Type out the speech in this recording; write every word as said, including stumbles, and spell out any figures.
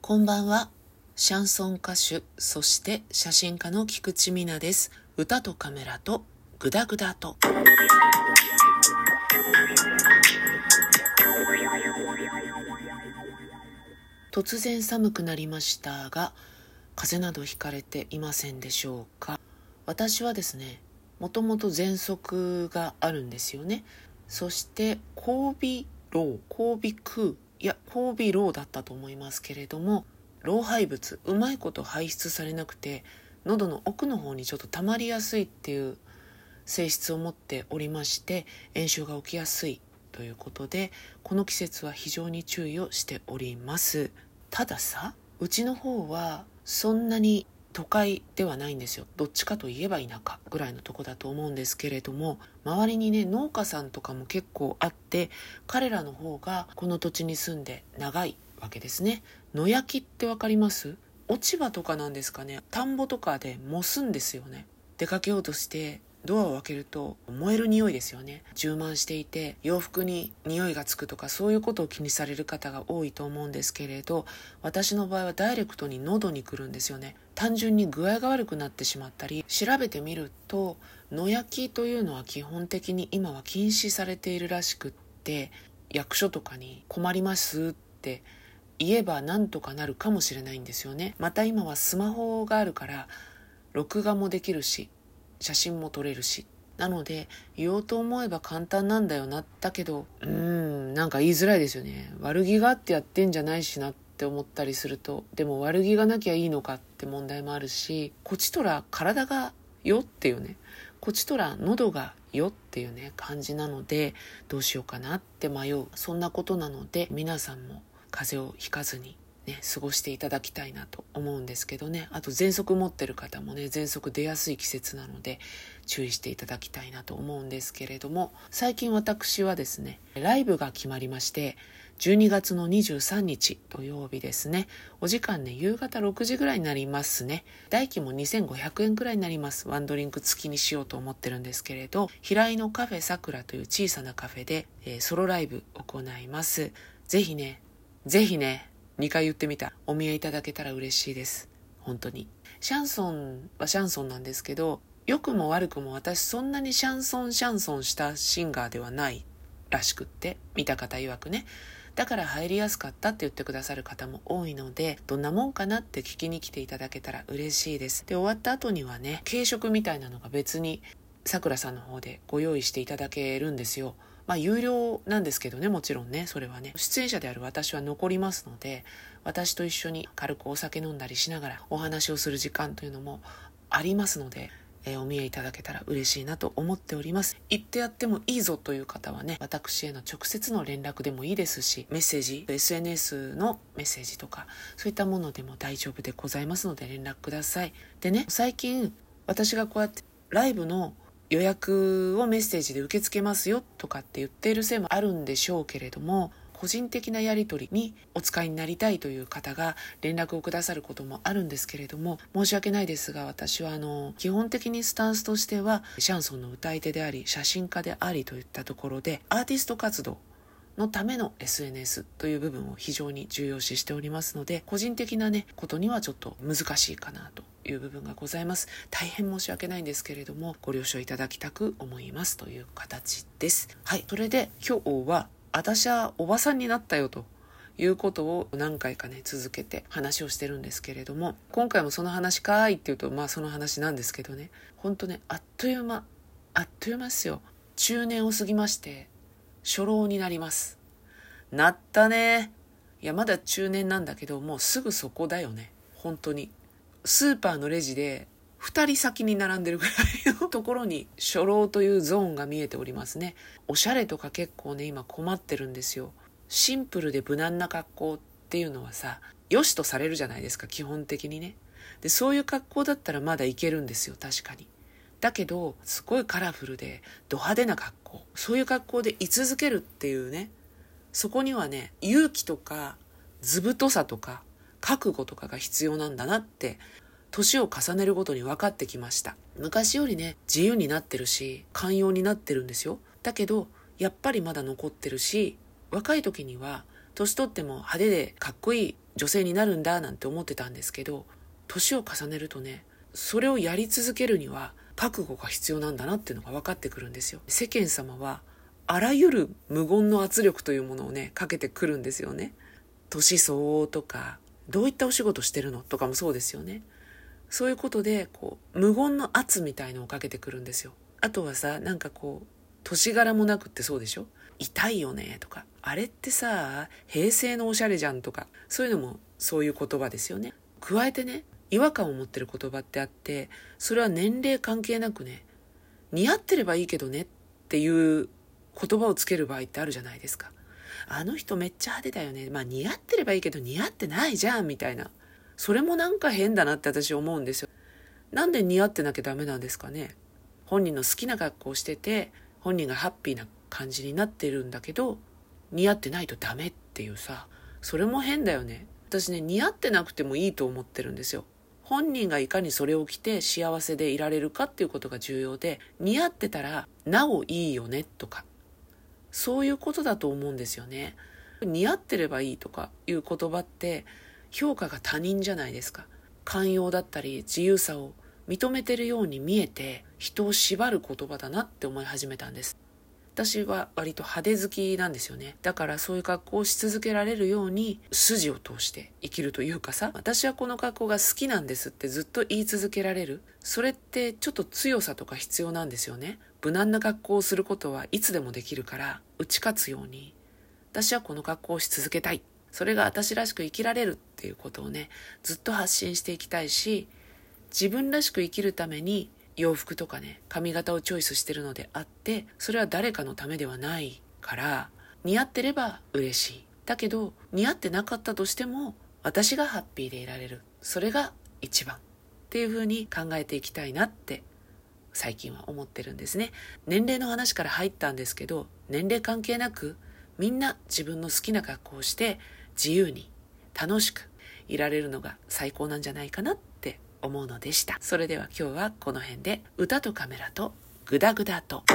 こんばんは。シャンソン歌手、そして写真家の菊池美奈です。歌とカメラとグダグダと。突然寒くなりましたが、風邪などひかれていませんでしょうか。私はですね、もともと喘息があるんですよね。そして交尾漏、交尾空、いや交尾漏だったと思いますけれども、老廃物うまいこと排出されなくて、喉の奥の方にちょっと溜まりやすいっていう性質を持っておりまして、炎症が起きやすいということで、この季節は非常に注意をしております。たださ、うちの方はそんなに都会ではないんですよ。どっちかといえば田舎ぐらいのとこだと思うんですけれども、周りにね農家さんとかも結構あって、彼らの方がこの土地に住んで長いわけですね。野焼きってわかります？落ち葉とかなんですかね。田んぼとかで燃すんですよね。出かけようとしてドアを開けると燃える匂いですよね。充満していて洋服に匂いがつくとか、そういうことを気にされる方が多いと思うんですけれど、私の場合はダイレクトに喉に来るんですよね。単純に具合が悪くなってしまったり、調べてみると野焼きというのは基本的に今は禁止されているらしくって、役所とかに困りますって言えばなんとかなるかもしれないんですよね。また今はスマホがあるから録画もできるし、写真も撮れるし、なので言おうと思えば簡単なんだよな。だけどうーんなんか言いづらいですよね。悪気があってやってんじゃないしなって思ったりすると、でも悪気がなきゃいいのかって問題もあるし、こちとら体がよっていうね、こちとら喉がよっていうね感じなので、どうしようかなって迷う、そんなことなので、皆さんも風邪をひかずにね、過ごしていただきたいなと思うんですけどね。あと喘息持ってる方もね、喘息出やすい季節なので注意していただきたいなと思うんですけれども、最近私はですね、ライブが決まりまして、じゅうにがつのにじゅうさんにち土曜日ですね。お時間ね、夕方ろくじぐらいになりますね。代金もにせんごひゃくえんくらいになります。ワンドリンク付きにしようと思ってるんですけれど、平井のカフェさくらという小さなカフェで、えー、ソロライブ行います。ぜひね、ぜひね、にかい言ってみた。お見えいただけたら嬉しいです。本当に。シャンソンはシャンソンなんですけど、良くも悪くも私そんなにシャンソンシャンソンしたシンガーではないらしくって、見た方曰くね。だから入りやすかったって言ってくださる方も多いので、どんなもんかなって聞きに来ていただけたら嬉しいです。で、終わった後にはね、軽食みたいなのが別にさくらさんの方でご用意していただけるんですよ。まあ有料なんですけどね、もちろんね、それはね。出演者である私は残りますので、私と一緒に軽くお酒飲んだりしながらお話をする時間というのもありますので、えー、お見えいただけたら嬉しいなと思っております。行ってやってもいいぞという方はね、私への直接の連絡でもいいですし、メッセージ、エスエヌエス のメッセージとか、そういったものでも大丈夫でございますので連絡ください。でね、最近私がこうやってライブの予約をメッセージで受け付けますよとかって言っているせいもあるんでしょうけれども、個人的なやり取りにお使いになりたいという方が連絡をくださることもあるんですけれども、申し訳ないですが、私はあの基本的にスタンスとしてはシャンソンの歌い手であり写真家でありといったところで、アーティスト活動のための エスエヌエス という部分を非常に重要視しておりますので、個人的なねことにはちょっと難しいかなという部分がございます。大変申し訳ないんですけれども、ご了承いただきたく思いますという形です。はい、それで今日は私はおばさんになったよということを何回かね続けて話をしてるんですけれども、今回もその話かーいっていうとまあその話なんですけどね、ほんとね、あっという間あっという間ですよ。中年を過ぎまして初老になります。なったね。いやまだ中年なんだけど、もうすぐそこだよね。本当にスーパーのレジでふたり先に並んでるぐらいのところに初老というゾーンが見えておりますね。おしゃれとか結構ね今困ってるんですよ。シンプルで無難な格好っていうのはさ、良しとされるじゃないですか、基本的にね。でそういう格好だったらまだいけるんですよ、確かに。だけどすごいカラフルでド派手な格好、そういう格好で居続けるっていうね、そこにはね勇気とか図太さとか覚悟とかが必要なんだなって年を重ねるごとに分かってきました。昔よりね自由になってるし寛容になってるんですよ。だけどやっぱりまだ残ってるし、若い時には年取っても派手でかっこいい女性になるんだなんて思ってたんですけど、年を重ねるとね、それをやり続けるには覚悟が必要なんだなっていうのが分かってくるんですよ。世間様はあらゆる無言の圧力というものをねかけてくるんですよね。年相応とか、どういったお仕事してるのとかもそうですよね。そういうことでこう無言の圧みたいのをかけてくるんですよ。あとはさ、なんかこう年柄もなくってそうでしょ、痛いよねとか、あれってさ平成のおしゃれじゃんとか、そういうのもそういう言葉ですよね。加えてね、違和感を持ってる言葉ってあって、それは年齢関係なくね、似合ってればいいけどねっていう言葉をつける場合ってあるじゃないですか。あの人めっちゃ派手だよね、まあ似合ってればいいけど似合ってないじゃんみたいな、それもなんか変だなって私思うんですよ。なんで似合ってなきゃダメなんですかね。本人の好きな格好をしてて、本人がハッピーな感じになってるんだけど、似合ってないとダメっていうさ、それも変だよね。私ね、似合ってなくてもいいと思ってるんですよ。本人がいかにそれを着て幸せでいられるかっていうことが重要で、似合ってたらなおいいよねとか、そういうことだと思うんですよね。似合ってればいいとかいう言葉って評価が他人じゃないですか。寛容だったり自由さを認めてるように見えて、人を縛る言葉だなって思い始めたんです。私は割と派手好きなんですよね。だからそういう格好をし続けられるように筋を通して生きるというかさ、私はこの格好が好きなんですってずっと言い続けられる、それってちょっと強さとか必要なんですよね。無難な格好をすることはいつでもできるから、打ち勝つように私はこの格好をし続けたい、それが私らしく生きられるっていうことをね、ずっと発信していきたいし、自分らしく生きるために洋服とかね、髪型をチョイスしてるのであって、それは誰かのためではないから、似合ってれば嬉しい。だけど似合ってなかったとしても私がハッピーでいられる、それが一番っていう風に考えていきたいなって最近は思ってるんですね。年齢の話から入ったんですけど、年齢関係なくみんな自分の好きな格好をして自由に楽しくいられるのが最高なんじゃないかなって思うのでした。それでは今日はこの辺で、歌とカメラとグダグダと。